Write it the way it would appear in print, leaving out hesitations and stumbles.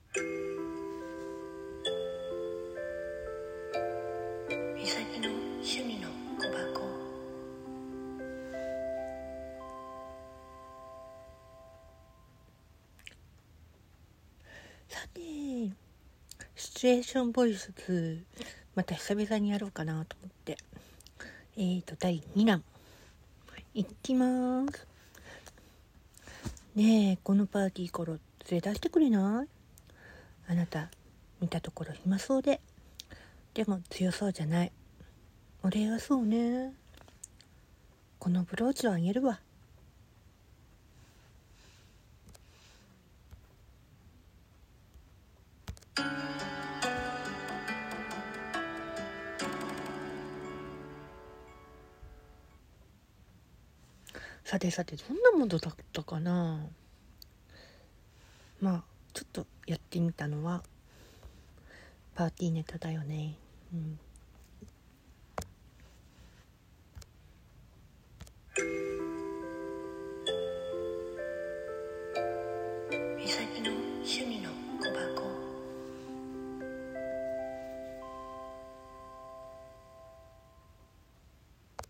みさきの趣味の小箱。さて、シチュエーションボイス2、また久々にやろうかなと思って、第2弾いきます。ねえ、このパーティー頃連れ出してくれない？あなた見たところ暇そうでも強そうじゃない。お礼はそうね。このブローチはあげるわ。さてどんなものだったかな。まあちょっとやってみたのはパーティーネタだよね。